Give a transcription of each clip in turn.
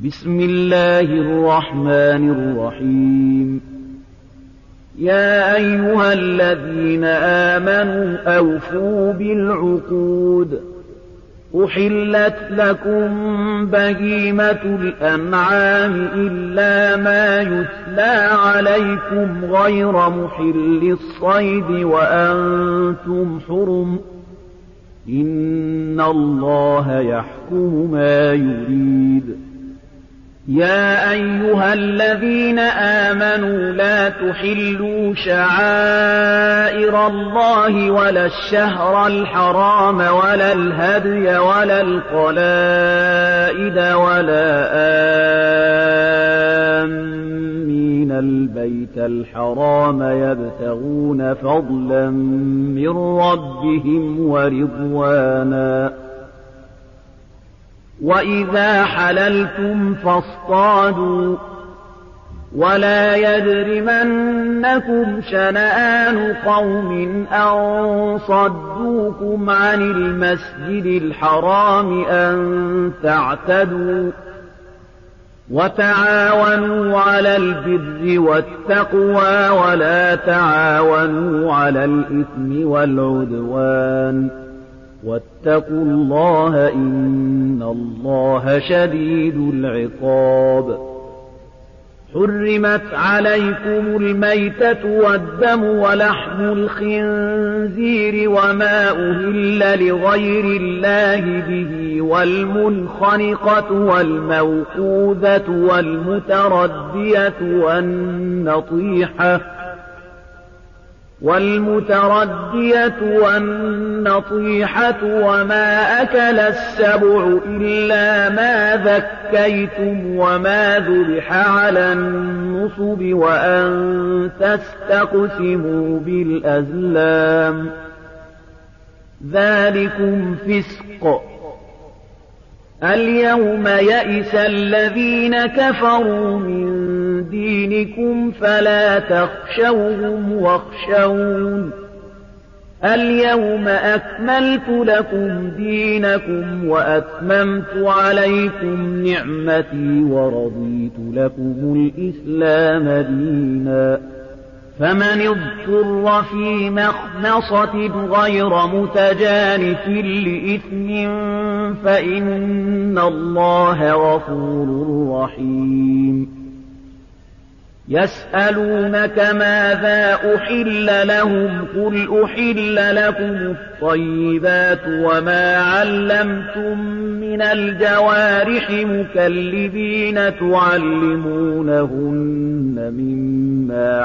بسم الله الرحمن الرحيم يا أيها الذين آمنوا أوفوا بالعقود أحلت لكم بهيمة الأنعام إلا ما يتلى عليكم غير محل الصيد وأنتم حرم إن الله يحكم ما يريد يا أيها الذين آمنوا لا تحلوا شعائر الله ولا الشهر الحرام ولا الهدي ولا القلائد ولا آمين البيت الحرام يبتغون فضلا من ربهم ورضوانا وإذا حللتم فاصطادوا ولا يجرمنكم شنآن قوم أن صدوكم عن المسجد الحرام أن تعتدوا وتعاونوا على البر والتقوى ولا تعاونوا على الإثم والعدوان واتقوا الله إن الله شديد العقاب حرمت عليكم الميتة والدم ولحم الخنزير وما أهل لغير الله به والمنخنقة والموقوذة والمتردية والنطيحة وما أكل السبع إلا ما ذكيتم وما ذبح على النصب وأن تستقسموا بالأزلام ذلكم فسق اليوم يئس الذين كفروا من دينكم فلا تخشوهم واخشون اليوم أكملت لكم دينكم وأتممت عليكم نعمتي ورضيت لكم الإسلام دينا فمن اضطر في مخنصة غير متجانف لإثم فإن الله غفور رحيم يسألونك ماذا أحل لهم قل أحل لكم الطيبات وما علمتم من الجوارح مكلبين تعلمونهن مما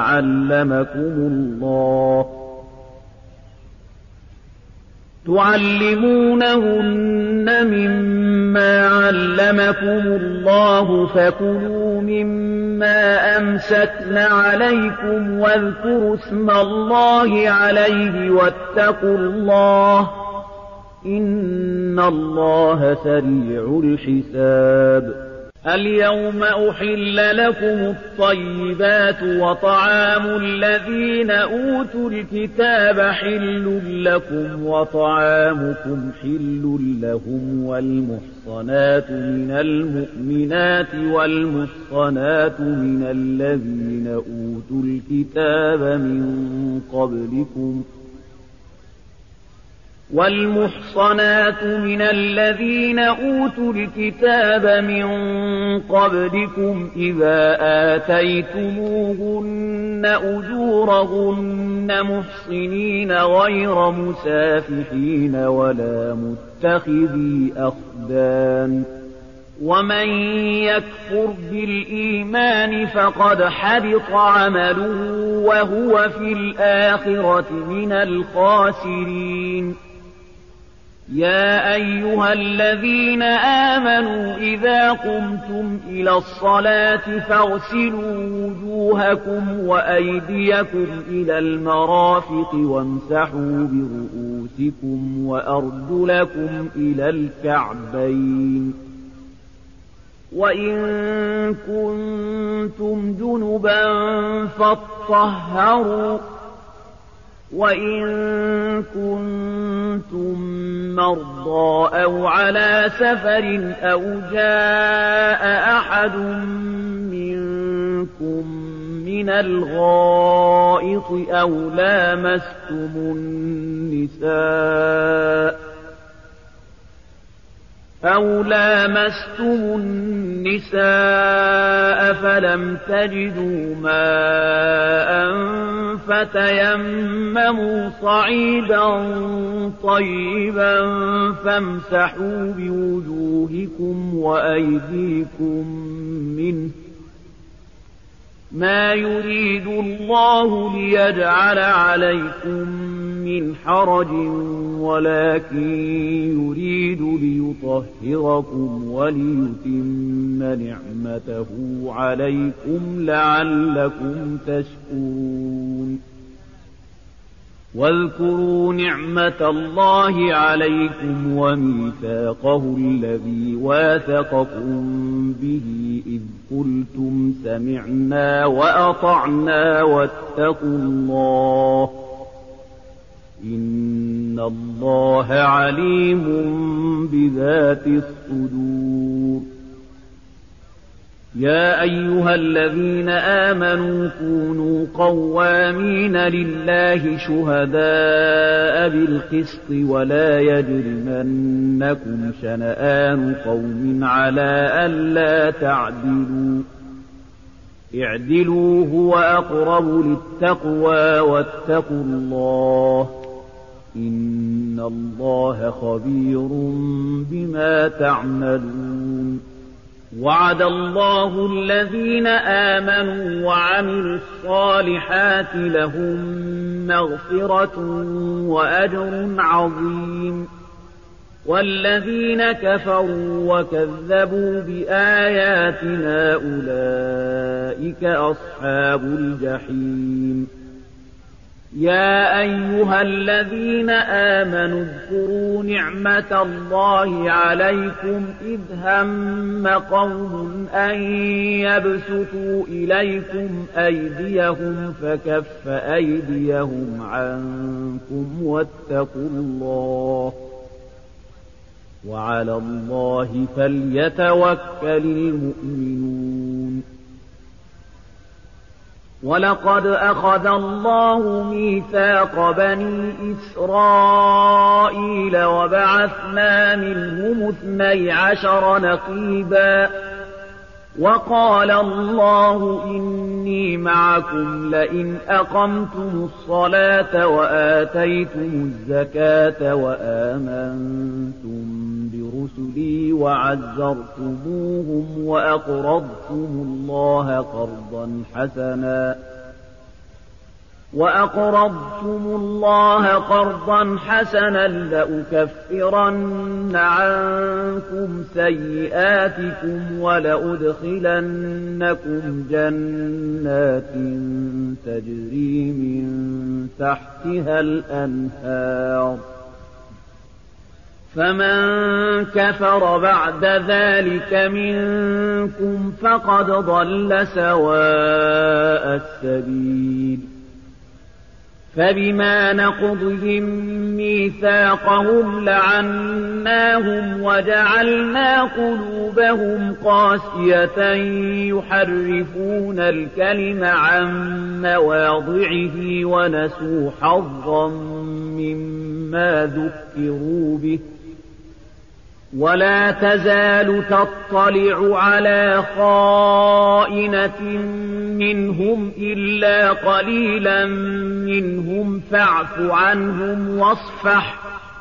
علمكم الله فكلوا مما أمسكن عليكم واذكروا اسم الله عليه واتقوا الله إن الله سريع الحساب اليوم أحل لكم الطيبات وطعام الذين أوتوا الكتاب حل لكم وطعامكم حل لهم والمحصنات من المؤمنات والمحصنات من الذين أوتوا الكتاب من قبلكم إذا آتيتموهن أجورهن محصنين غير مسافحين ولا متخذي أخدان ومن يكفر بالإيمان فقد حبط عمله وهو في الآخرة من الخاسرين يا أيها الذين آمنوا إذا قمتم إلى الصلاة فاغسلوا وجوهكم وأيديكم إلى المرافق وامسحوا برؤوسكم وأرجلكم إلى الكعبين وإن كنتم جنبا فاطهروا وإن كنتم مرضى أو على سفر أو جاء أحد أحد منكم من الغائط أو لامستم النساء فلم تجدوا ماء فتيمموا صعيدا طيبا فامسحوا بوجوهكم وأيديكم منه ما يريد الله ليجعل عليكم من حرج ولكن يريد ليطهركم وليتم نعمته عليكم لعلكم تشكرون واذكروا نعمة الله عليكم وميثاقه الذي واثقكم به إذ قلتم سمعنا وأطعنا واتقوا الله إن الله عليم بذات الصدور يا أيها الذين آمنوا كونوا قوامين لله شهداء بالقسط ولا يجرمنكم شنآن قوم على ألا تعدلوا اعدلوا هو أقرب للتقوى واتقوا الله إن الله خبير بما تعملون وعد الله الذين آمنوا وعملوا الصالحات لهم مغفرة وأجر عظيم والذين كفروا وكذبوا بآياتنا أولئك أصحاب الجحيم يا أيها الذين آمنوا اذكروا نعمة الله عليكم إذ هم قوم أن يبسطوا إليكم أيديهم فكف أيديهم عنكم واتقوا الله وعلى الله فليتوكل المؤمنون ولقد أخذ الله ميثاق بني إسرائيل وبعثنا منهم 12 نقيبا وقال الله إني معكم لئن أقمتم الصلاة وآتيتم الزكاة وآمنتم برسلي وعزرتموهم وأقرضتم الله قرضا حسنا لأكفرن عنكم سيئاتكم ولأدخلنكم جنات تجري من تحتها الأنهار فمن كفر بعد ذلك منكم فقد ضل سواء السبيل فبما نقضهم ميثاقهم لعناهم وجعلنا قلوبهم قاسية يحرفون الكلم عن مواضعه ونسوا حظا مما ذكروا به ولا تزال تطلع على خائنة منهم إلا قليلا منهم فاعف عنهم واصفح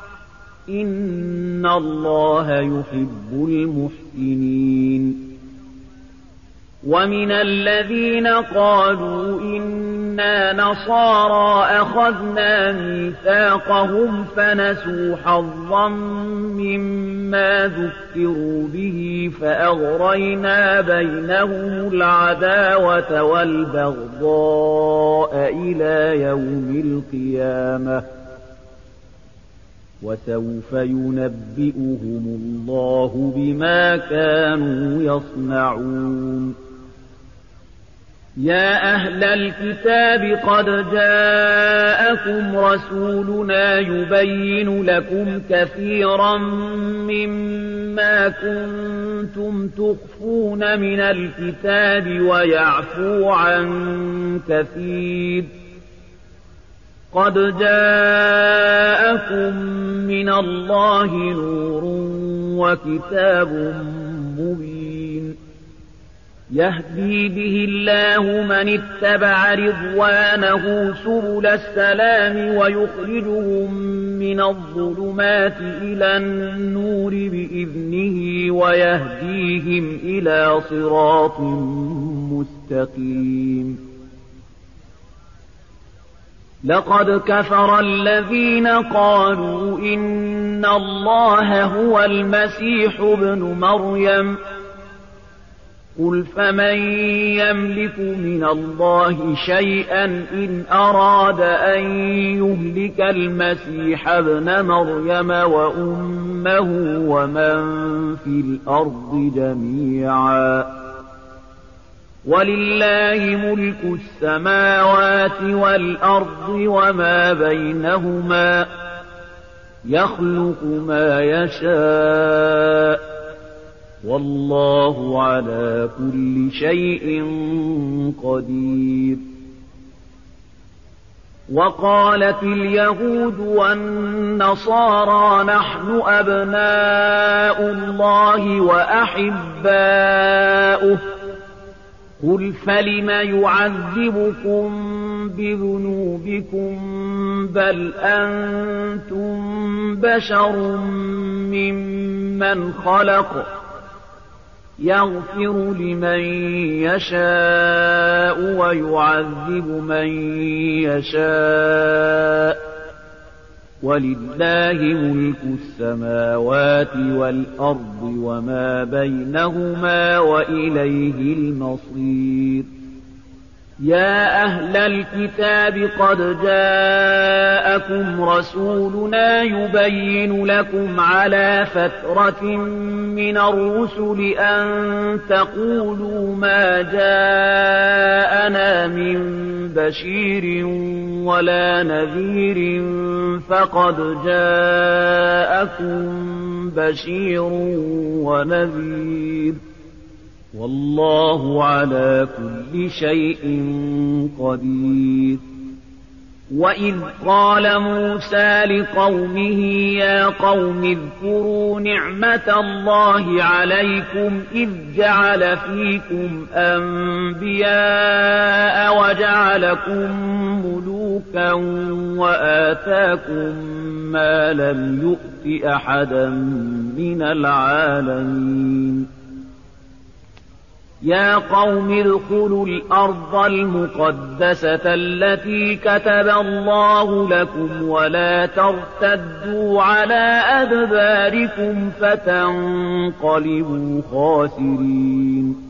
إن الله يحب المحسنين ومن الذين قالوا إنا نصارى أخذنا ميثاقهم فنسوا حظا مما ذكروا به فأغرينا بينهم العداوة والبغضاء إلى يوم القيامة وسوف ينبئهم الله بما كانوا يصنعون يا أهل الكتاب قد جاءكم رسولنا يبين لكم كثيرا مما كنتم تخفون من الكتاب ويعفو عن كثير قد جاءكم من الله نور وكتاب مبين يهدي به الله من اتبع رضوانه سبل السلام ويخرجهم من الظلمات إلى النور بإذنه ويهديهم إلى صراط مستقيم لقد كفر الذين قالوا إن الله هو المسيح ابن مريم قل فمن يملك من الله شيئا إن أراد أن يهلك المسيح ابن مريم وأمه ومن في الأرض جميعا ولله ملك السماوات والأرض وما بينهما يخلق ما يشاء والله على كل شيء قدير وقالت اليهود والنصارى نحن أبناء الله وأحباؤه قل فلم يعذبكم بذنوبكم بل أنتم بشر ممن خلق يغفر لمن يشاء ويعذب من يشاء ولله ملك السماوات والأرض وما بينهما وإليه المصير يا أهل الكتاب قد جاءكم رسولنا يبين لكم على فترة من الرسل أن تقولوا ما جاءنا من بشير ولا نذير فقد جاءكم بشير ونذير والله على كل شيء قدير وإذ قال موسى لقومه يا قوم اذكروا نعمة الله عليكم إذ جعل فيكم أنبياء وجعلكم ملوكا وآتاكم ما لم يؤت أحدا من العالمين يا قوم ادخلوا الأرض المقدسة التي كتب الله لكم ولا ترتدوا على أدباركم فتنقلبوا خاسرين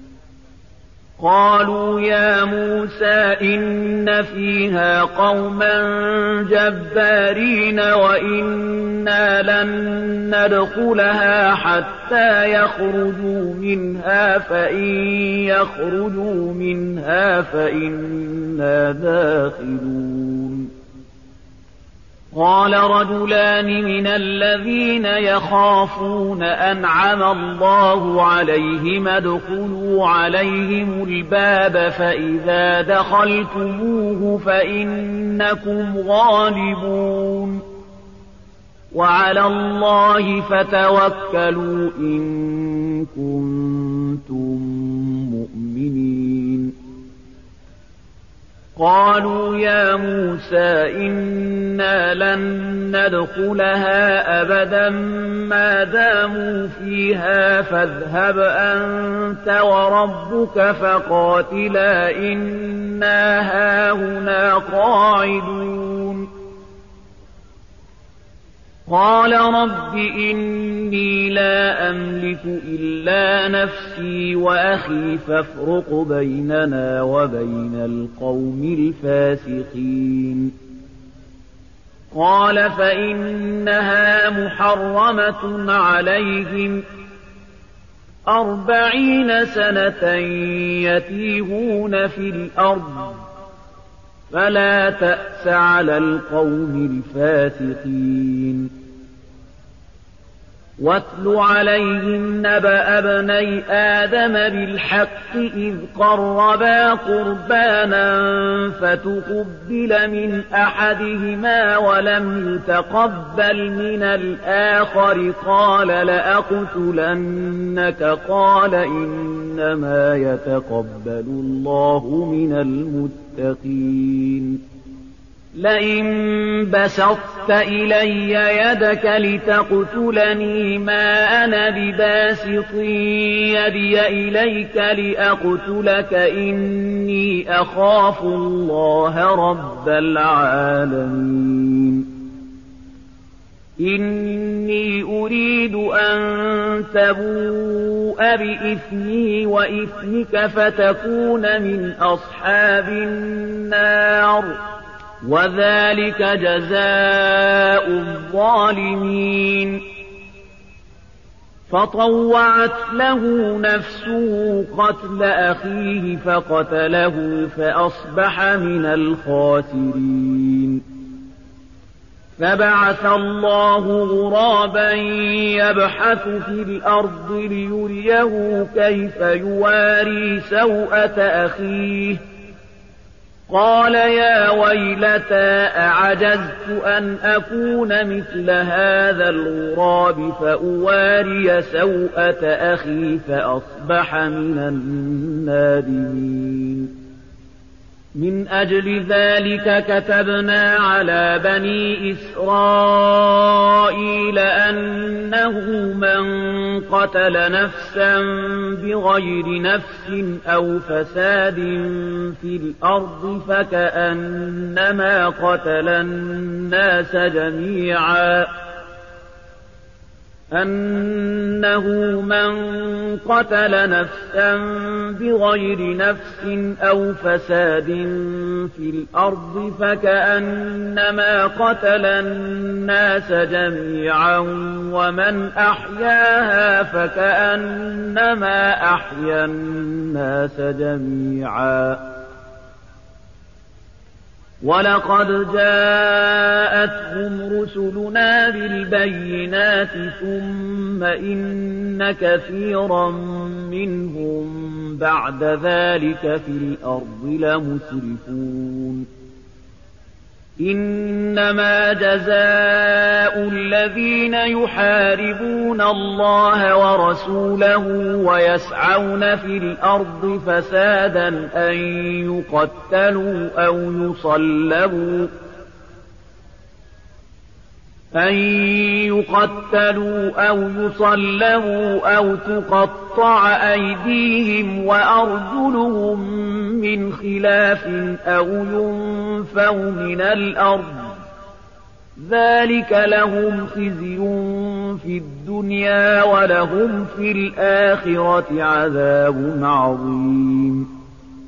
قالوا يا موسى إن فيها قوما جبارين وإنا لن ندخلها حتى يخرجوا منها فإن يخرجوا منها فإنا داخلون قال رجلان من الذين يخافون أنعم الله عليهم ادخلوا عليهم الباب فإذا دخلتموه فإنكم غالبون وعلى الله فتوكلوا إن كنتم مؤمنين قالوا يا موسى إنا لن ندخلها أبدا ما داموا فيها فاذهب أنت وربك فقاتلا إنا هاهنا قاعدون قال رب إني لا أملك إلا نفسي وأخي فافرق بيننا وبين القوم الفاسقين قال فإنها محرمة عليهم 40 سنة يتيهون في الأرض فلا تأس على القوم الفاسقين واتل عليهم نبأ ابني آدم بالحق إذ قربا قربانا فتقبل من أحدهما ولم يتقبل من الآخر قال لأقتلنك قال إنما يتقبل الله من المتقين لئن بسطت إلي يدك لتقتلني ما أنا بباسط يدي إليك لأقتلك إني أخاف الله رب العالمين إني أريد أن تبوء بإثمي وإثمك فتكون من أصحاب النار وذلك جزاء الظالمين فطوعت له نفسه قتل أخيه فقتله فأصبح من الخاسرين فبعث الله غرابا يبحث في الأرض ليريه كيف يواري سوءة أخيه قال يا ويلتى أعجزت أن أكون مثل هذا الغراب فأواري سوءة أخي فأصبح من النادمين من أجل ذلك كتبنا على بني إسرائيل أنه من قتل نفسا بغير نفس أو فساد في الأرض فكأنما قتل الناس جميعا أنه من قتل نفسا بغير نفس أو فساد في الأرض فكأنما قتل الناس جميعا ومن أحياها فكأنما أحيا الناس جميعا ولقد جاءتهم رسلنا بالبينات ثم إن كثيرا منهم بعد ذلك في الأرض لمسرفون إنما جزاء الذين يحاربون الله ورسوله ويسعون في الأرض فسادا أن يقتلوا أو يصلبوا أو تقطع أيديهم وأرجلهم من خلاف أو ينفوا من الأرض ذلك لهم خزي في الدنيا ولهم في الآخرة عذاب عظيم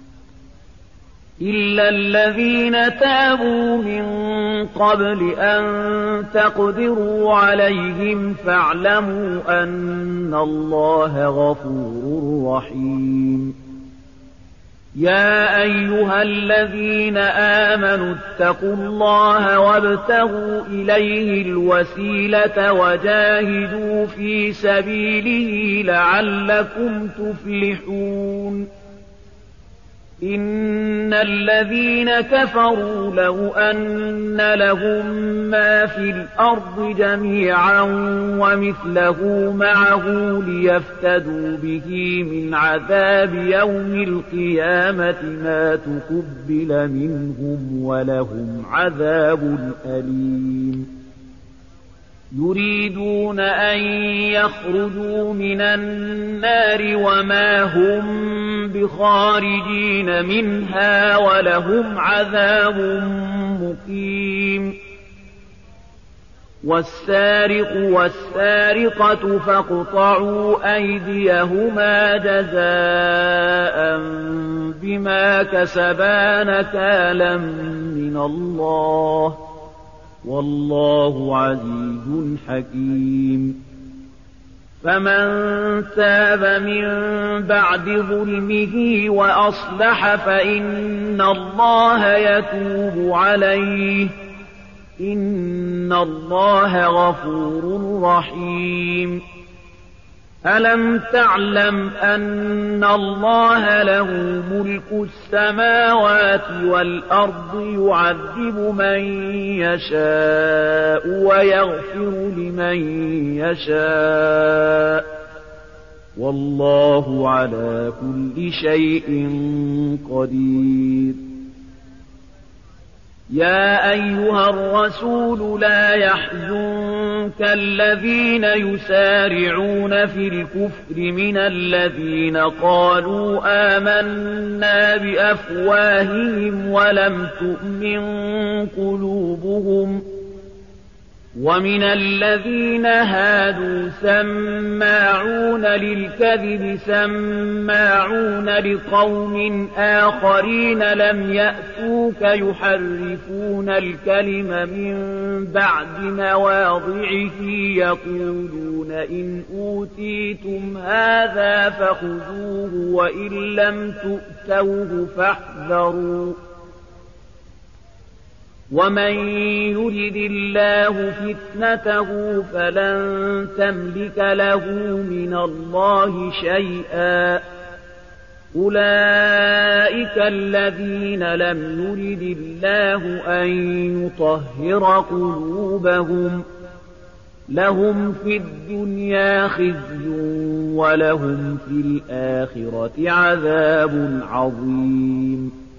إلا الذين تابوا من قبل أن تقدروا عليهم فاعلموا أن الله غفور رحيم يا أيها الذين آمنوا اتقوا الله وابتغوا إليه الوسيلة وجاهدوا في سبيله لعلكم تفلحون إن الذين كفروا لو أن لهم ما في الأرض جميعا ومثله معه ليفتدوا به من عذاب يوم القيامة ما تقبل منهم ولهم عذاب أليم يريدون أن يخرجوا من النار وما هم بخارجين منها ولهم عذاب مقيم والسارق والسارقة فاقطعوا أيديهما جزاء بما كسبا نكالا من الله والله عزيز حكيم فمن تاب من بعد ظلمه وأصلح فإن الله يتوب عليه إن الله غفور رحيم ألم تعلم أن الله له ملك السماوات والأرض يعذب من يشاء ويغفر لمن يشاء والله على كل شيء قدير يا أيها الرسول لا يحزنك الذين يسارعون في الكفر من الذين قالوا آمنا بأفواههم ولم تؤمن قلوبهم ومن الذين هادوا سماعون للكذب سماعون لقوم آخرين لم يأتوك يحرفون الكلم من بعد مواضعه يقولون إن أوتيتم هذا فخذوه وإن لم تؤتوه فاحذروا ومن يرد الله فتنته فلن تملك له من الله شيئا أولئك الذين لم يرد الله أن يطهر قلوبهم لهم في الدنيا خزي ولهم في الآخرة عذاب عظيم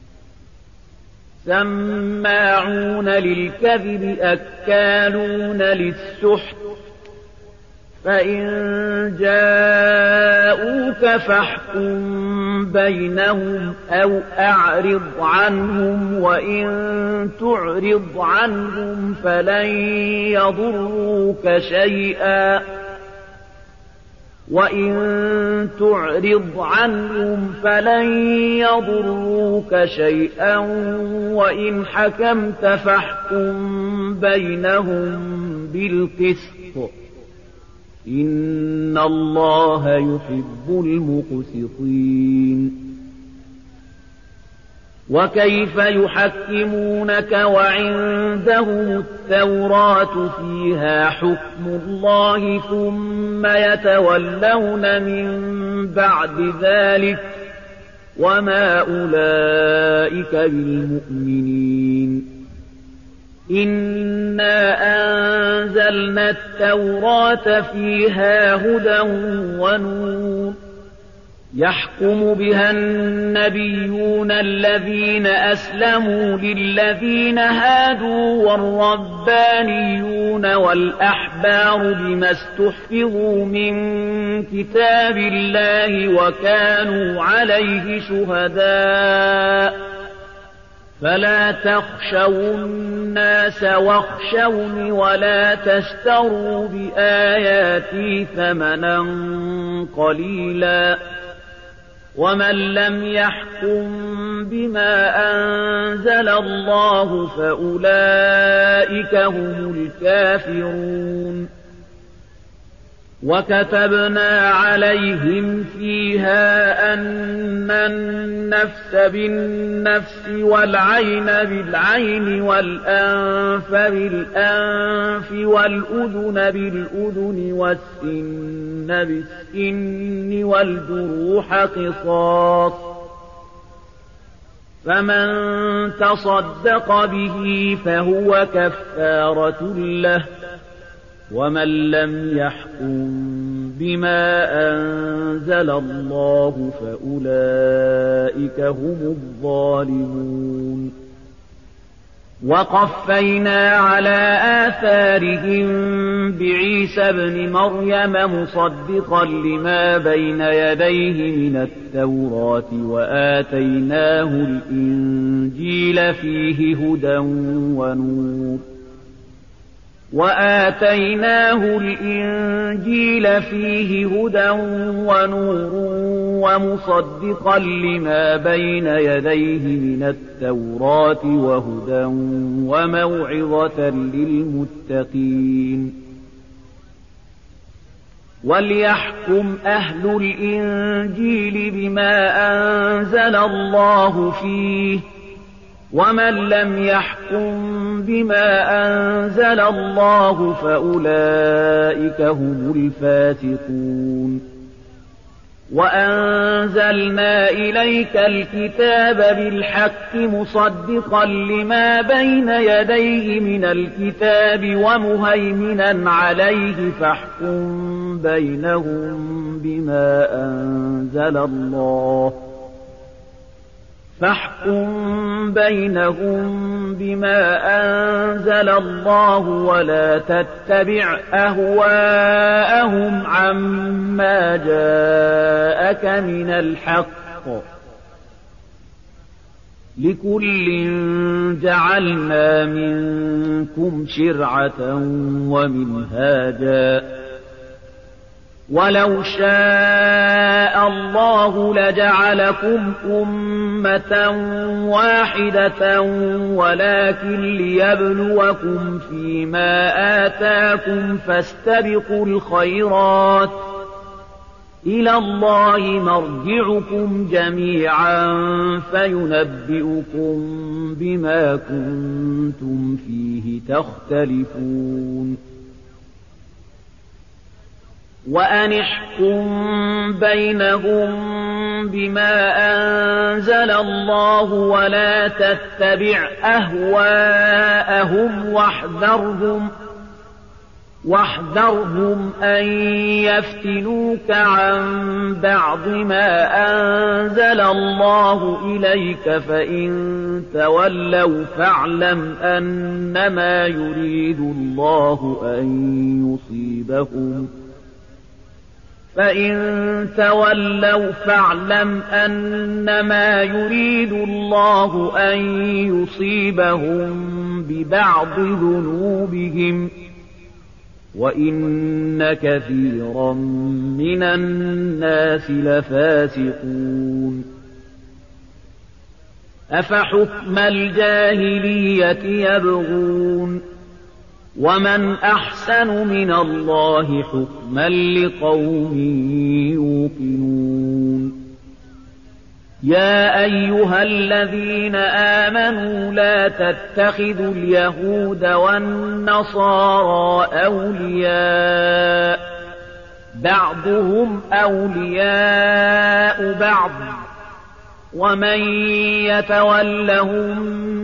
سماعون للكذب أكالون للسحت فإن جاءوك فاحكم بينهم أو أعرض عنهم وإن تعرض عنهم فلن يضروك شيئا وإن حكمت فاحكم بينهم بالقسط إن الله يحب المقسطين وكيف يحكمونك وعندهم التوراة فيها حكم الله ثم يتولون من بعد ذلك وما أولئك بالمؤمنين إنا أنزلنا التوراة فيها هدى ونور يحكم بها النبيون الذين أسلموا للذين هادوا والربانيون والأحبار بما استحفظوا من كتاب الله وكانوا عليه شهداء فلا تخشوا الناس واخشوني ولا تشتروا بآياتي ثمنا قليلا ومن لم يحكم بما أنزل الله فأولئك هم الكافرون وكتبنا عليهم فيها أن النفس بالنفس والعين بالعين والأنف بالأنف والأذن بالأذن والسن بالسن والجروح قصاص فمن تصدق به فهو كفارة له ومن لم يحكم بما أنزل الله فأولئك هم الظالمون وقفينا على آثارهم بعيسى ابن مريم مصدقا لما بين يديه من التوراة وآتيناه الإنجيل فيه هدى ونور ومصدقا لما بين يديه من التوراة وهدى وموعظة للمتقين وليحكم أهل الإنجيل بما أنزل الله فيه ومن لم يحكم بما أنزل الله فأولئك هم الفاسقون وأنزلنا إليك الكتاب بالحق مصدقا لما بين يديه من الكتاب ومهيمنا عليه فاحكم بينهم بما أنزل الله ولا تتبع أهواءهم عما جاءك من الحق لكل جعلنا منكم شرعة ومنهاجا ولو شاء الله لجعلكم أمة واحدة ولكن ليبلوكم فيما آتاكم فاستبقوا الخيرات إلى الله مرجعكم جميعا فينبئكم بما كنتم فيه تختلفون وأن احكم بينهم بما أنزل الله ولا تتبع أهواءهم واحذرهم أن يفتنوك عن بعض ما أنزل الله إليك فإن تولوا فاعلم أنما يريد الله أن يصيبهم ببعض ذنوبهم وإن كثيرا من الناس لفاسقون أفحكم الجاهلية يبغون ومن أحسن من الله حكما لقوم يوقنون يا أيها الذين آمنوا لا تتخذوا اليهود والنصارى أولياء بعضهم أولياء بعض ومن يتولهم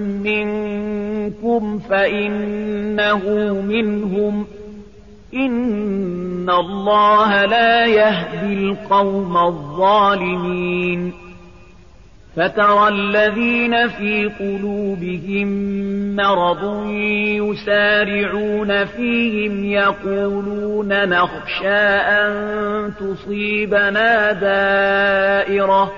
منكم فإنه منهم إن الله لا يهدي القوم الظالمين فترى الذين في قلوبهم مرض يسارعون فيهم يقولون نخشى أن تصيبنا دائرة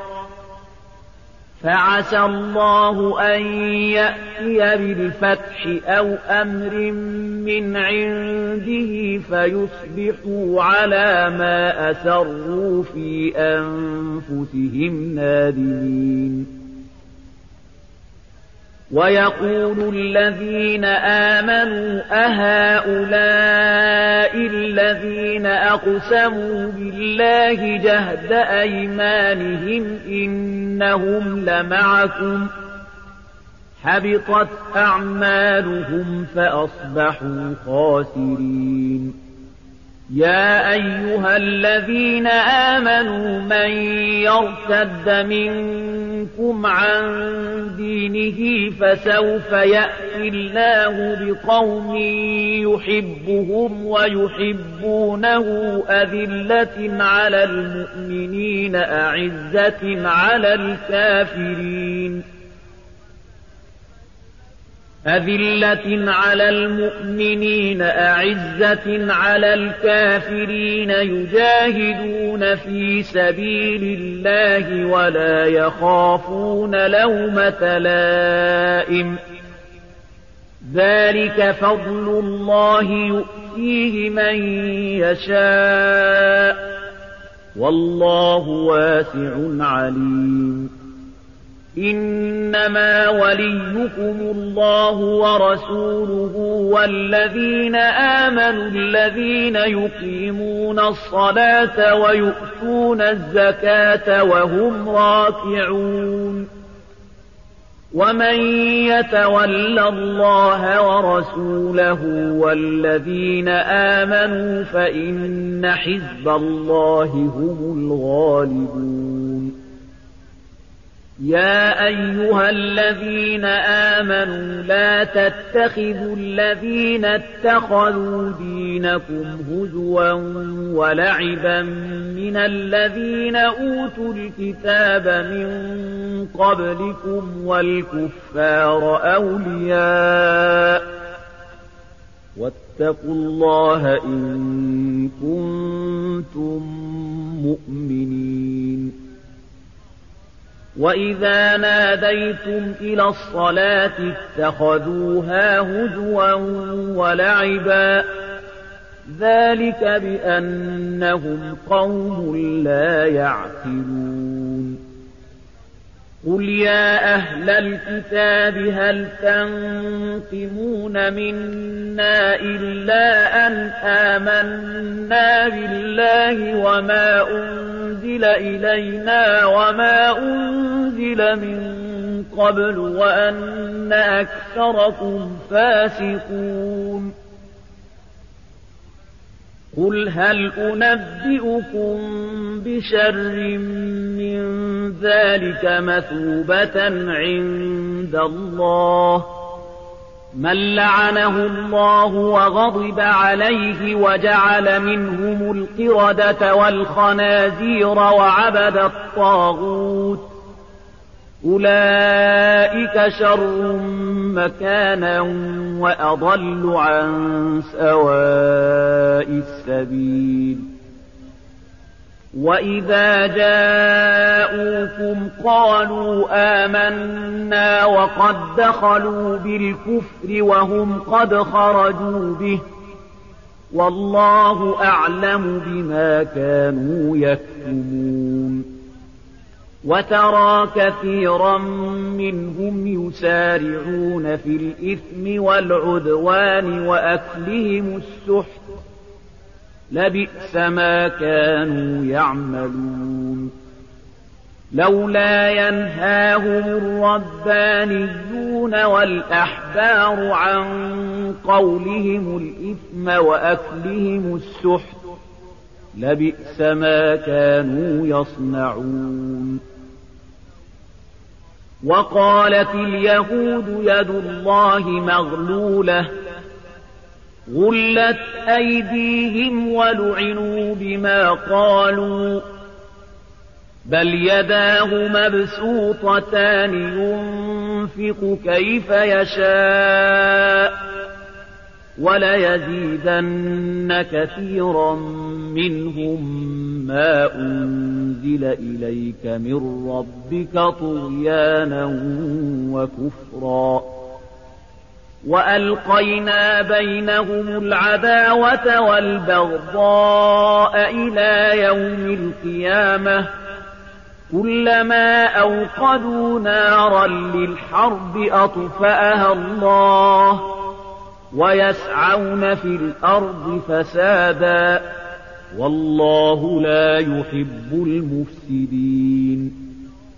فعسى الله أن يأتي بالفتح أو أمر من عنده فيصبحوا على ما أسروا في أنفسهم نادمين ويقول الذين آمنوا أهؤلاء الذين أقسموا بالله جهد أيمانهم إنهم لمعكم حبطت أعمالهم فأصبحوا خاسرين يا أيها الذين آمنوا من يرتد منكم عن دينه فسوف يأتي الله بقوم يحبهم ويحبونه أذلة على المؤمنين أعزة على الكافرين يجاهدون في سبيل الله ولا يخافون لومة لائم ذلك فضل الله يؤتيه من يشاء والله واسع عليم إنما وليكم الله ورسوله والذين آمنوا الذين يقيمون الصلاة ويؤتون الزكاة وهم راكعون ومن يتول الله ورسوله والذين آمنوا فإن حزب الله هم الغالبون يا أيها الذين آمنوا لا تتخذوا الذين اتخذوا دينكم هزوا ولعبا من الذين أوتوا الكتاب من قبلكم والكفار أولياء واتقوا الله إن كنتم مؤمنين وإذا ناديتم إلى الصلاة اتخذوها هزوا ولعبا ذلك بأنهم قوم لا يعقلون قل يا أهل الكتاب هل تنقمون منا إلا أن آمنا بالله وما أنزل إلينا وما أنزل من قبل وأن أكثركم فاسقون قل هل أنبئكم بشر من ذلك مثوبة عند الله من لعنه الله وغضب عليه وجعل منهم القردة والخنازير وعبد الطاغوت أولئك شر مكانا وأضل عن سواء السبيل وإذا جاءوكم قالوا آمنا وقد دخلوا بالكفر وهم قد خرجوا به والله أعلم بما كانوا يكتمون وترى كثيرا منهم يسارعون في الإثم والعدوان وأكلهم السحت لبئس ما كانوا يعملون لولا ينهاهم الربانيون والأحبار عن قولهم الإثم وأكلهم السحت لبئس ما كانوا يصنعون وقالت اليهود يد الله مغلولة غلت أيديهم ولعنوا بما قالوا بل يداه مبسوطتان ينفق كيف يشاء وليزيدن كثيرا منهم ما أنزل إليك من ربك طغيانا وكفرا وألقينا بينهم العداوة والبغضاء إلى يوم القيامة كلما أوقدوا نارا للحرب أطفأها الله ويسعون في الأرض فسادا والله لا يحب المفسدين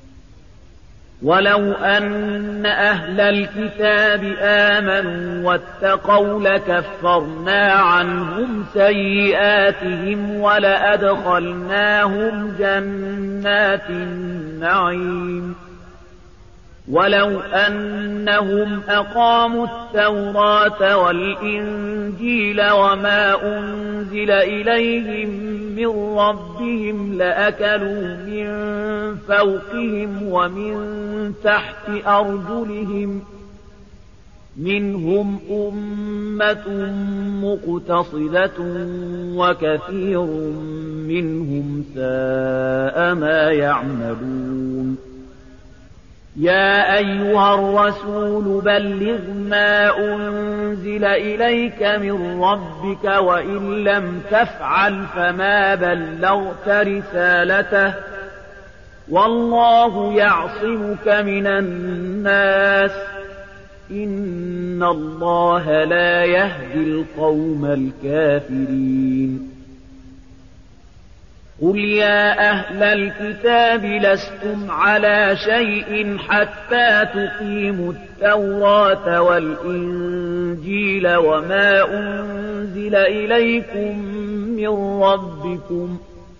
ولو أن أهل الكتاب آمنوا واتقوا لكفرنا عنهم سيئاتهم ولأدخلناهم جنات النعيم ولو أنهم أقاموا التوراة والإنجيل وما أنزل إليهم من ربهم لأكلوا من فوقهم ومن تحت أرجلهم منهم أمة مقتصدة وكثير منهم ساء ما يعملون يا أيها الرسول بلغ ما أنزل إليك من ربك وإن لم تفعل فما بلغت رسالته والله يعصمك من الناس إن الله لا يهدي القوم الكافرين قل يا أهل الكتاب لستم على شيء حتى تقيموا التوراة والإنجيل وما أنزل إليكم من ربكم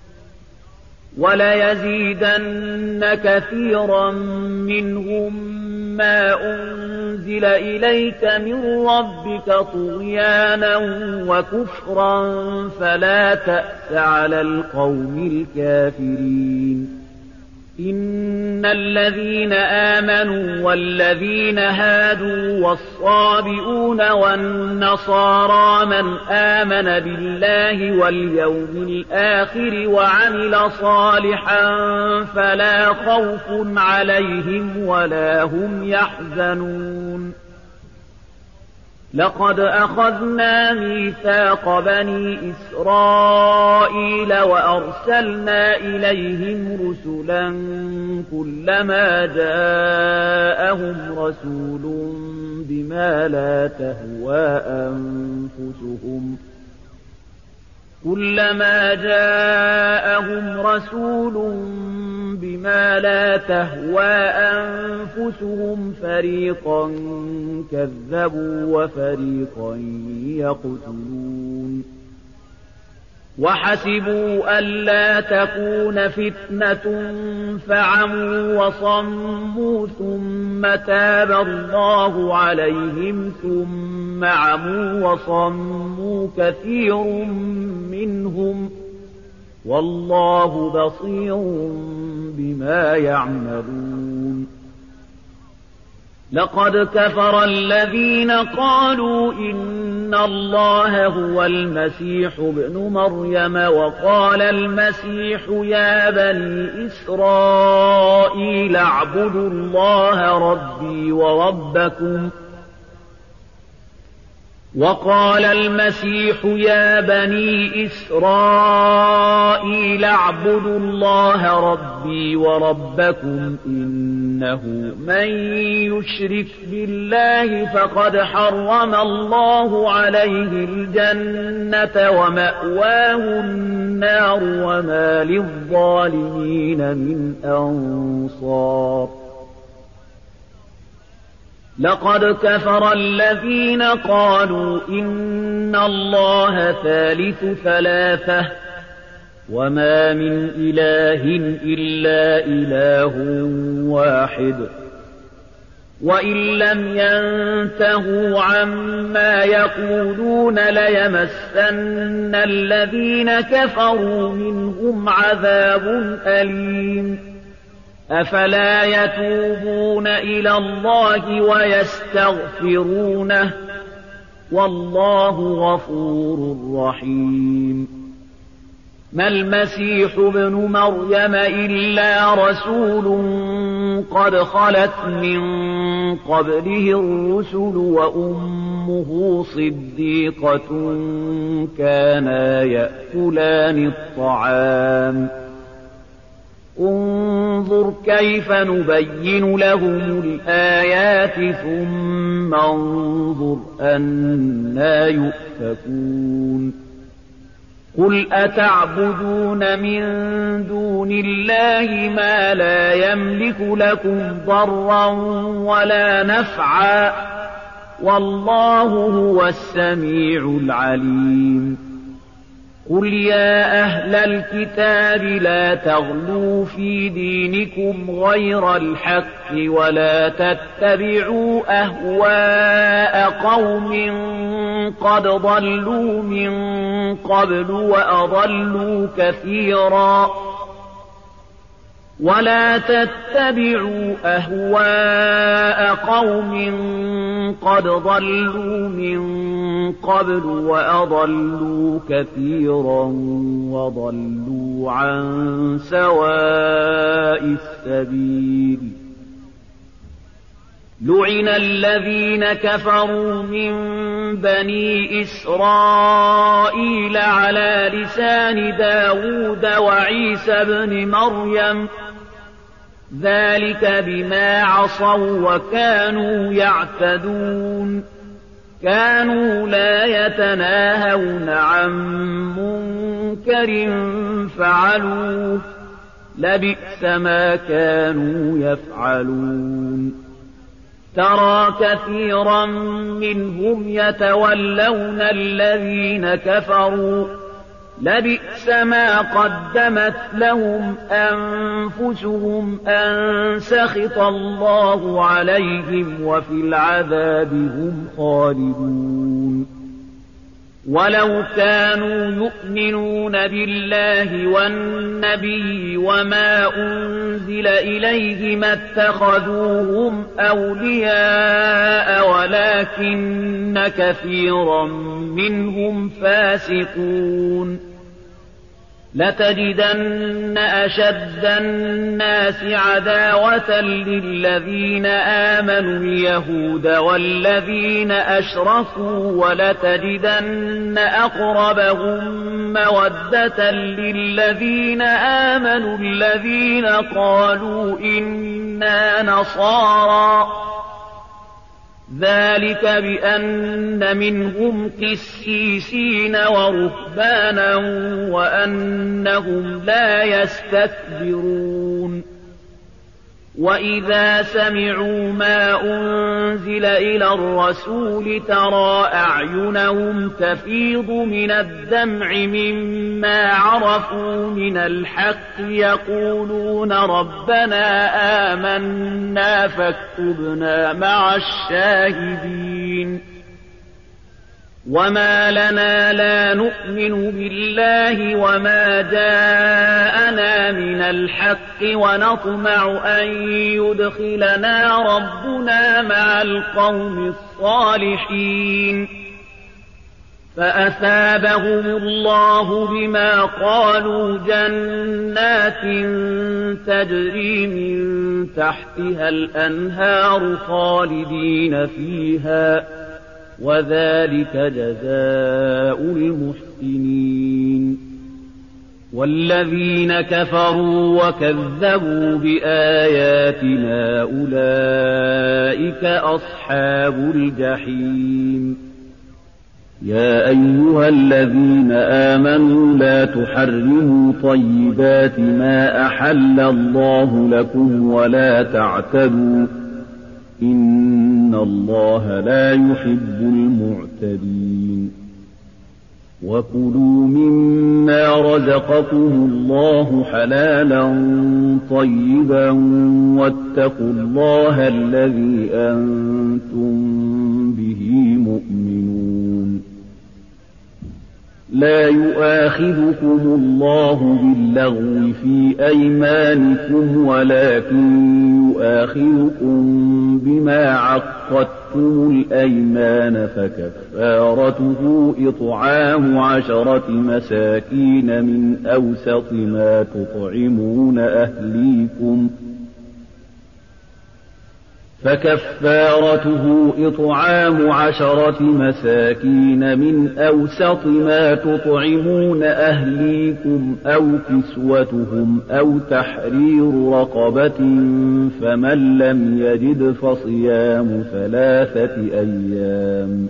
وليزيدن كثيرا منهم ما أنزل إليك من ربك طغيانا وكفرا فلا تأس على القوم الكافرين إن الذين آمنوا والذين هادوا والصابئون والنصارى من آمن بالله واليوم الآخر وعمل صالحا فلا خوف عليهم ولا هم يحزنون لقد أخذنا ميثاق بني إسرائيل وأرسلنا إليهم رسلا كلما جاءهم رسول بما لا تهوى أنفسهم بما لا تهوى أنفسهم فريقا كذبوا وفريقا يقتلون وحسبوا ألا تكون فتنة فعموا وصموا ثم تاب الله عليهم ثم عموا وصموا كثير منهم والله بصير بما يعملون لقد كفر الذين قالوا إن الله هو المسيح ابن مريم وقال المسيح يا بني إسرائيل اعبدوا الله ربي وربكم وقال المسيح يا بني إسرائيل اعبدوا الله ربي وربكم إنه من يشرك بالله فقد حرم الله عليه الجنة ومأواه النار وما للظالمين من أنصار لقد كفر الذين قالوا إن الله ثالث ثلاثة وما من إله إلا إله واحد وإن لم ينتهوا عما يقولون ليمسن الذين كفروا منهم عذاب أليم أفلا يتوبون إلى الله ويستغفرونه والله غفور رحيم ما المسيح ابن مريم إلا رسول قد خلت من قبله الرسل وأمه صديقة كانا يأكلان الطعام انظر كيف نبين لهم الآيات ثم انظر أنى يؤفكون قل أتعبدون من دون الله ما لا يملك لكم ضرا ولا نفعا والله هو السميع العليم قل يا أهل الكتاب لا تغلوا في دينكم غير الحق ولا تتبعوا أهواء قوم قد ضلوا من قبل وأضلوا كثيرا ولا تتبعوا أهواء قوم قد ضلوا من قبل وأضلوا كثيرا وضلوا عن سواء السبيل لعن الذين كفروا من بني إسرائيل على لسان داود وعيسى بن مريم ذلك بما عصوا وكانوا يعتدون كانوا لا يتناهون عن منكر فعلوه لبئس ما كانوا يفعلون ترى كثيرا منهم يتولون الذين كفروا لبئس ما قدمت لهم أنفسهم أن سخط الله عليهم وفي العذاب هم خالدون ولو كانوا يؤمنون بالله والنبي وما أنزل إليه ما اتخذوهم أولياء ولكن كثيرا منهم فاسقون لتجدن أشد الناس عداوة للذين آمنوا اليهود والذين أشركوا ولتجدن أقربهم مودة للذين آمنوا الذين قالوا إنا نصارى ذلك بأن منهم قسيسين ورهبانا وأنهم لا يستكبرون وإذا سمعوا ما أنزل إلى الرسول ترى أعينهم تفيض من الدمع مما عرفوا من الحق يقولون ربنا آمنا فاكتبنا مع الشاهدين وما لنا لا نؤمن بالله وما جاءنا من الحق ونطمع أن يدخلنا ربنا مع القوم الصالحين فأثابهم الله بما قالوا جنات تجري من تحتها الأنهار خالدين فيها وذلك جزاء المحسنين والذين كفروا وكذبوا بآياتنا أولئك أصحاب الجحيم يا أيها الذين آمنوا لا تحرموا طيبات ما أحل الله لكم ولا تعتدوا إن الله لا يحب المعتدين وكلوا مما رزقكم الله حلالا طيبا واتقوا الله الذي أنتم به مؤمنون لا يؤاخذكم الله باللغو في أيمانكم ولكن يؤاخذكم بما عقدتم الأيمان فكفارته إطعام 10 مساكين من أوسط ما تطعمون أهليكم فكفارته إطعام 10 مساكين من أوسط ما تطعمون أهليكم أو كسوتهم أو تحرير رقبة فمن لم يجد فصيام 3 أيام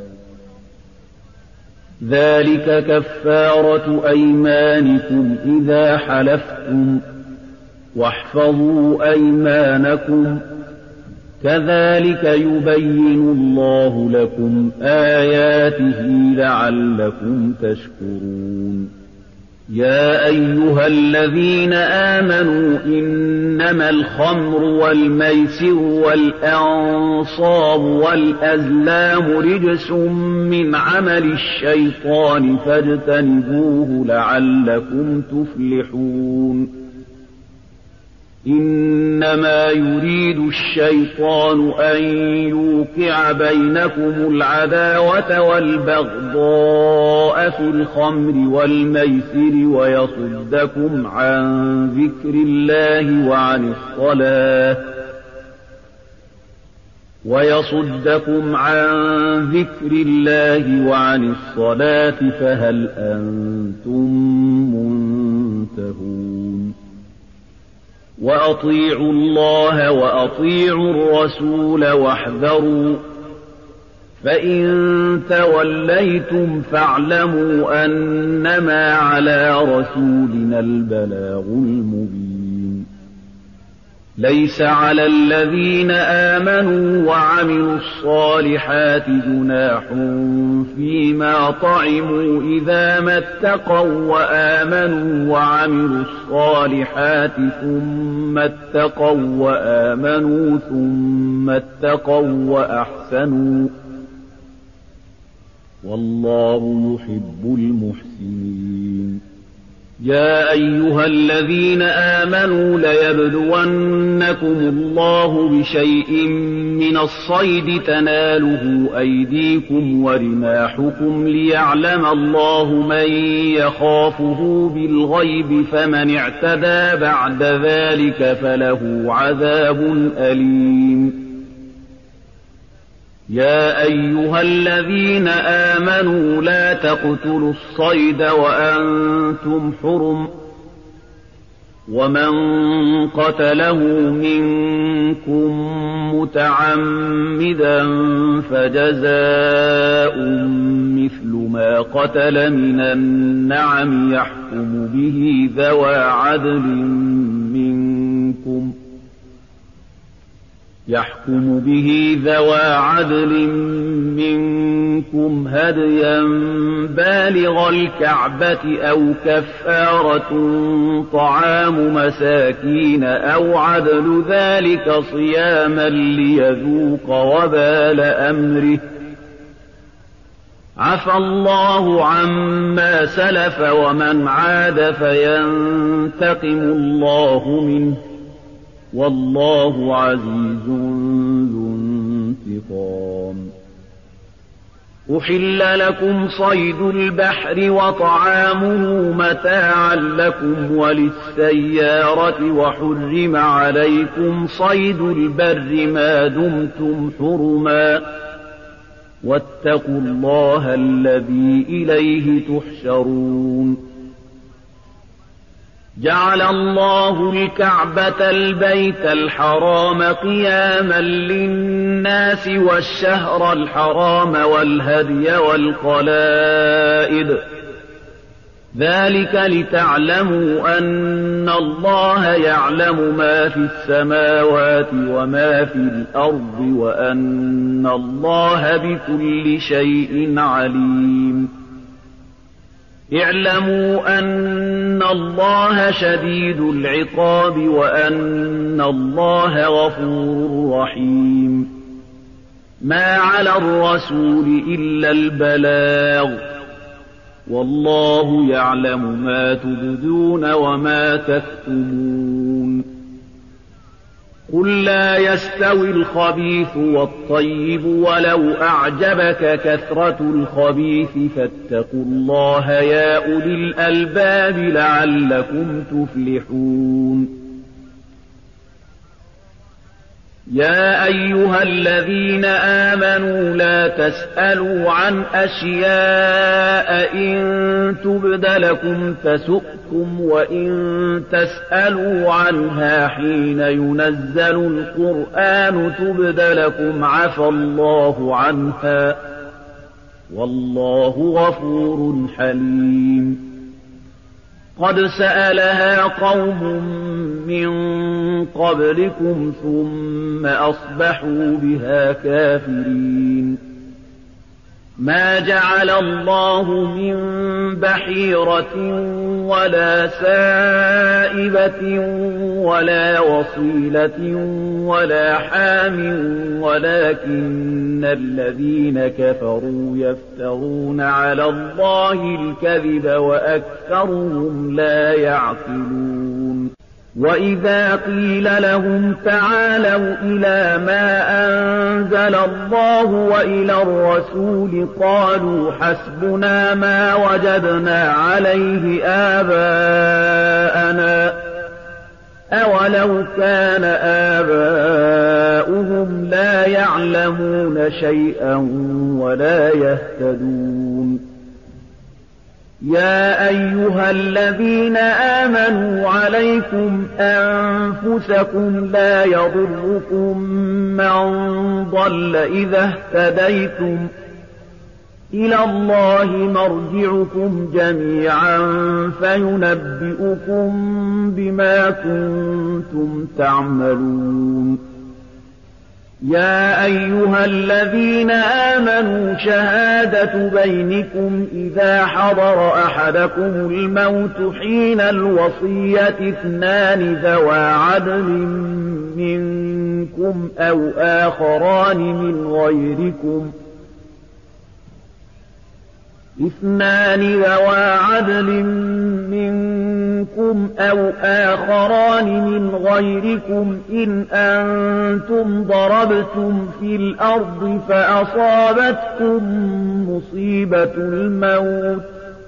ذلك كفارة أيمانكم إذا حلفتم واحفظوا أيمانكم كذلك يبين الله لكم آياته لعلكم تشكرون يا أيها الذين آمنوا إنما الخمر والميسر والأنصاب والأزلام رجس من عمل الشيطان فاجتنبوه لعلكم تفلحون إنما يريد الشيطان أن يوقع بينكم العداوة والبغضاء في الخمر والميسر ويصدكم عن ذكر الله وعن الصلاة فهل أنتم منتهون وأطيعوا الله وأطيعوا الرسول واحذروا فإن توليتم فاعلموا أنما على رسولنا البلاغ المبين ليس على الذين آمنوا وعملوا الصالحات جناح فيما طعموا إذا ما اتقوا وآمنوا وعملوا الصالحات ثم اتقوا وآمنوا ثم اتقوا وأحسنوا والله يحب المحسنين يا أيها الذين آمنوا ليبلونكم الله بشيء من الصيد تناله أيديكم ورماحكم ليعلم الله من يخافه بالغيب فمن اعتدى بعد ذلك فله عذاب أليم يا أيها الذين آمنوا لا تقتلوا الصيد وأنتم حرم ومن قتله منكم متعمدا فجزاء مثل ما قتل من النعم يحكم به ذوى عدل منكم هديا بالغ الكعبة أو كفارة طعام مساكين أو عدل ذلك صياما ليذوق وبال أمره عفى الله عما سلف ومن عاد فينتقم الله منه والله عزيز ذو انتقام أحل لكم صيد البحر وطعامه متاعا لكم وللسيارة وحرم عليكم صيد البر ما دمتم حرما واتقوا الله الذي إليه تحشرون جعل الله الكعبة البيت الحرام قياما للناس والشهر الحرام والهدي والقلائد ذلك لتعلموا أن الله يعلم ما في السماوات وما في الأرض وأن الله بكل شيء عليم اعلموا أن الله شديد العقاب وأن الله غفور رحيم ما على الرسول إلا البلاغ والله يعلم ما تبدون وما تكتمون قل لا يستوي الخبيث والطيب ولو أعجبك كثرة الخبيث فاتقوا الله يا أولي الألباب لعلكم تفلحون يا أيها الذين آمنوا لا تسألوا عن أشياء إن تبد لكم تسؤكم وإن تسألوا عنها حين ينزل القرآن تبد لكم عفى الله عنها والله غفور حليم قد سألها قوم من قبلكم ثم أصبحوا بها كافرين ما جعل الله من بحيرة ولا سائبة ولا وصيلة ولا حام ولكن الذين كفروا يفترون على الله الكذب وأكثرهم لا يعقلون وإذا قيل لهم تعالوا إلى ما أنزل الله وإلى الرسول قالوا حسبنا ما وجدنا عليه آباءنا أولو كان آباؤهم لا يعلمون شيئا ولا يهتدون يا أيها الذين آمنوا عليكم أنفسكم لا يضركم من ضل إذا اهتديتم إلى الله مرجعكم جميعا فينبئكم بما كنتم تعملون يا أيها الذين آمنوا شهادة بينكم إذا حضر أحدكم الموت حين الوصية اثنان ذوى عدل منكم أو آخران من غيركم إن أنتم ضربتم في الأرض فأصابتكم مصيبة الموت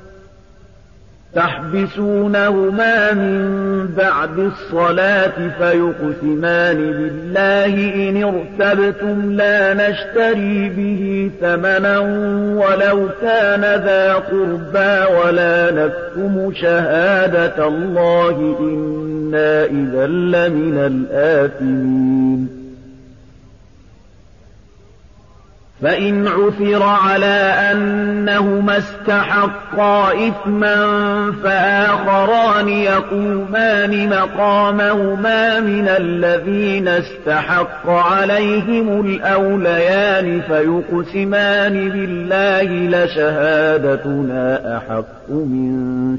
تحبسونهما من بعد الصلاة فيقسمان بالله إن ارتبتم لا نشتري به ثمنا ولو كان ذا قربى ولا نكتم شهادة الله إنا إذا لمن الآثمين فإن عثر على أنهما استحقا إثما فآخران يقومان مقامهما من الذين استحق عليهم الأوليان فيقسمان بالله لشهادتنا أحق من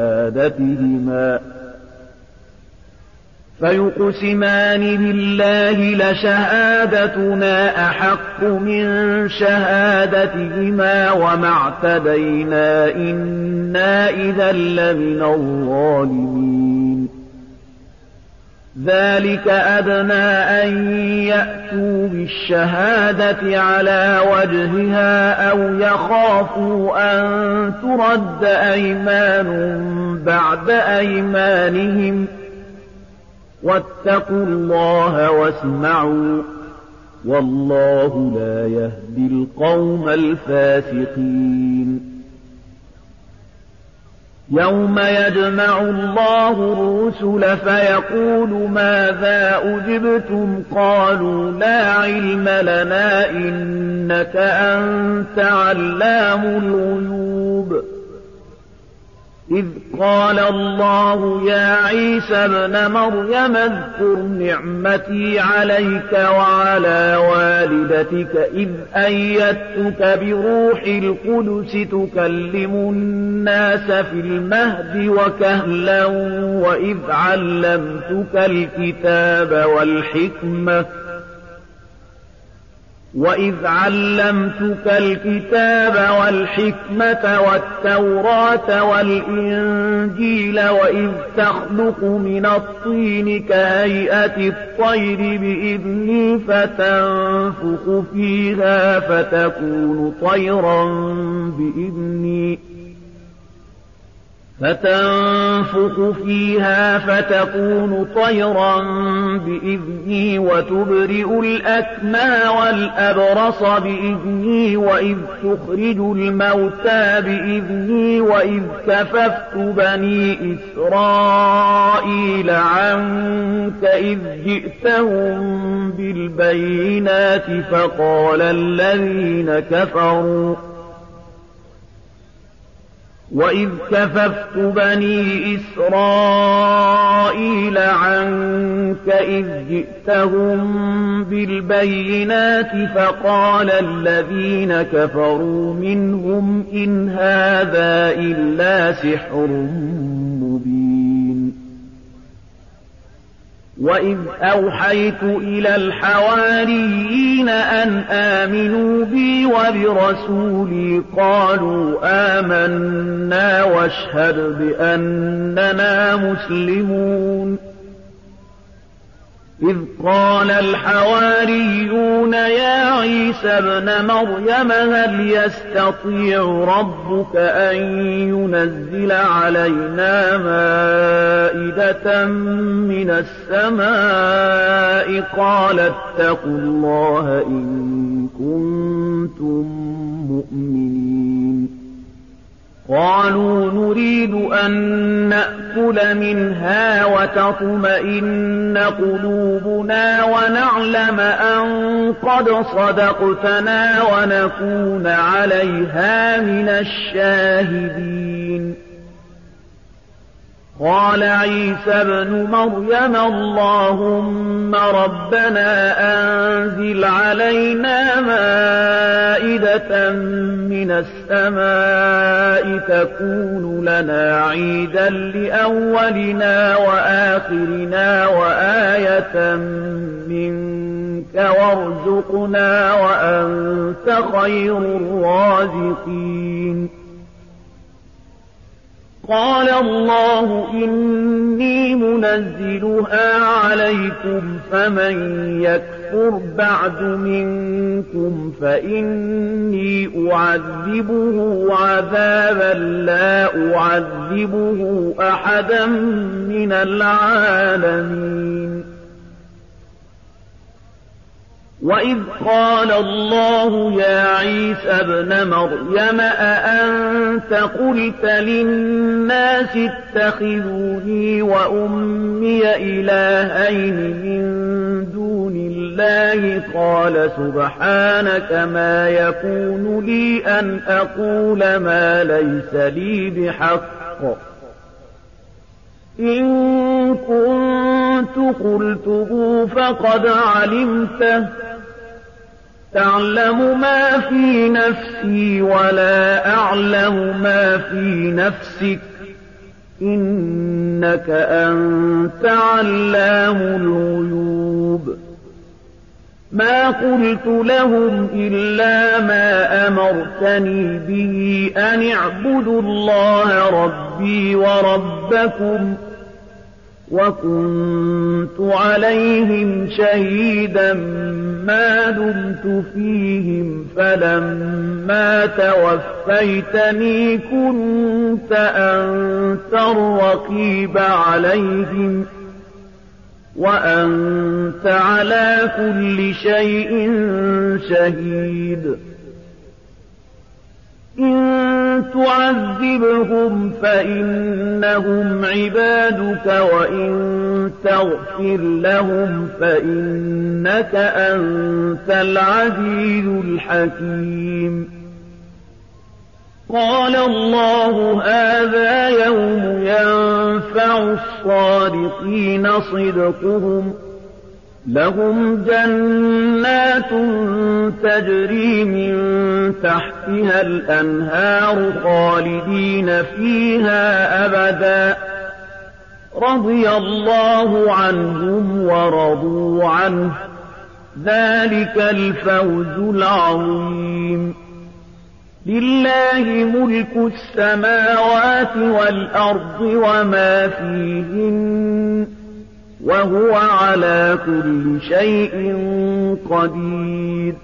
شهادتهما وما اعتدينا إنا إذا لمن الظالمين ذلك أدنى أن يأتوا بالشهادة على وجهها أو يخافوا أن ترد أيمان بعد أيمانهم واتقوا الله واسمعوا والله لا يهدي القوم الفاسقين يوم يجمع الله الرسل فيقول ماذا أجبتم قالوا لا علم لنا إنك أنت علام الغيوب إذ قال الله يا عيسى ابن مريم اذكر نعمتي عليك وعلى والدتك إذ أيدتك بروح القدس تكلم الناس في المهد وكهلا وإذ علمتك الكتاب والحكمة والتوراة والإنجيل وإذ تخلق من الطين كهيئة الطير بإذني فتنفخ فيها فتكون طيرا بإذني وتبرئ الأكمى والأبرص بإذني وإذ تخرج الموتى بإذني وإذ كففت بني إسرائيل عنك إذ جئتهم بالبينات فقال الذين كفروا منهم إن هذا إلا سحر مبين وإذ أوحيت إلى الحواريين أن آمنوا بي وبرسولي قالوا آمنا واشهد بأننا مسلمون إذ قال الحواريون يا عيسى ابن مريم هل يستطيع ربك أن ينزل علينا مائدة من السماء قال اتقوا الله إن كنتم مؤمنين قالوا نريد أن نأكل منها وتطمئن قلوبنا ونعلم أن قد صدقتنا ونكون عليها من الشاهدين. قال عيسى ابن مريم اللهم ربنا أنزل علينا مائدة من السماء تكون لنا عيدا لأولنا وآخرنا وآية منك وارزقنا وأنت خير الرازقين. قال الله إني منزلها عليكم فمن يكفر بعد منكم فإني أعذبه عذابا لا أعذبه أحدا من العالمين. وإذ قال الله يا عيسى ابن مريم أأنت قلت للناس اتخذوني وأمي إلهين من دون الله قال سبحانك ما يكون لي أن أقول ما ليس لي بحق إن كنت قلته فقد علمته تعلم ما في نفسي ولا أعلم ما في نفسك إنك أنت علام الغيوب. ما قلت لهم إلا ما أمرتني به أن اعبدوا الله ربي وربكم وكنت عليهم شهيدا ما دمت فيهم فلما توفيتني كنت أنت الرقيب عليهم وأنت على كل شيء شهيد. إن تعذبهم فإنهم عبادك وإن تغفر لهم فإنك أنت العزيز الحكيم. قال الله هذا يوم ينفع الصادقين صدقهم لهم جنات تجري من تحتها الأنهار خالدين فيها أبدا رضي الله عنهم ورضوا عنه ذلك الفوز العظيم. لله ملك السماوات والأرض وما فيهن وهو على كل شيء قدير.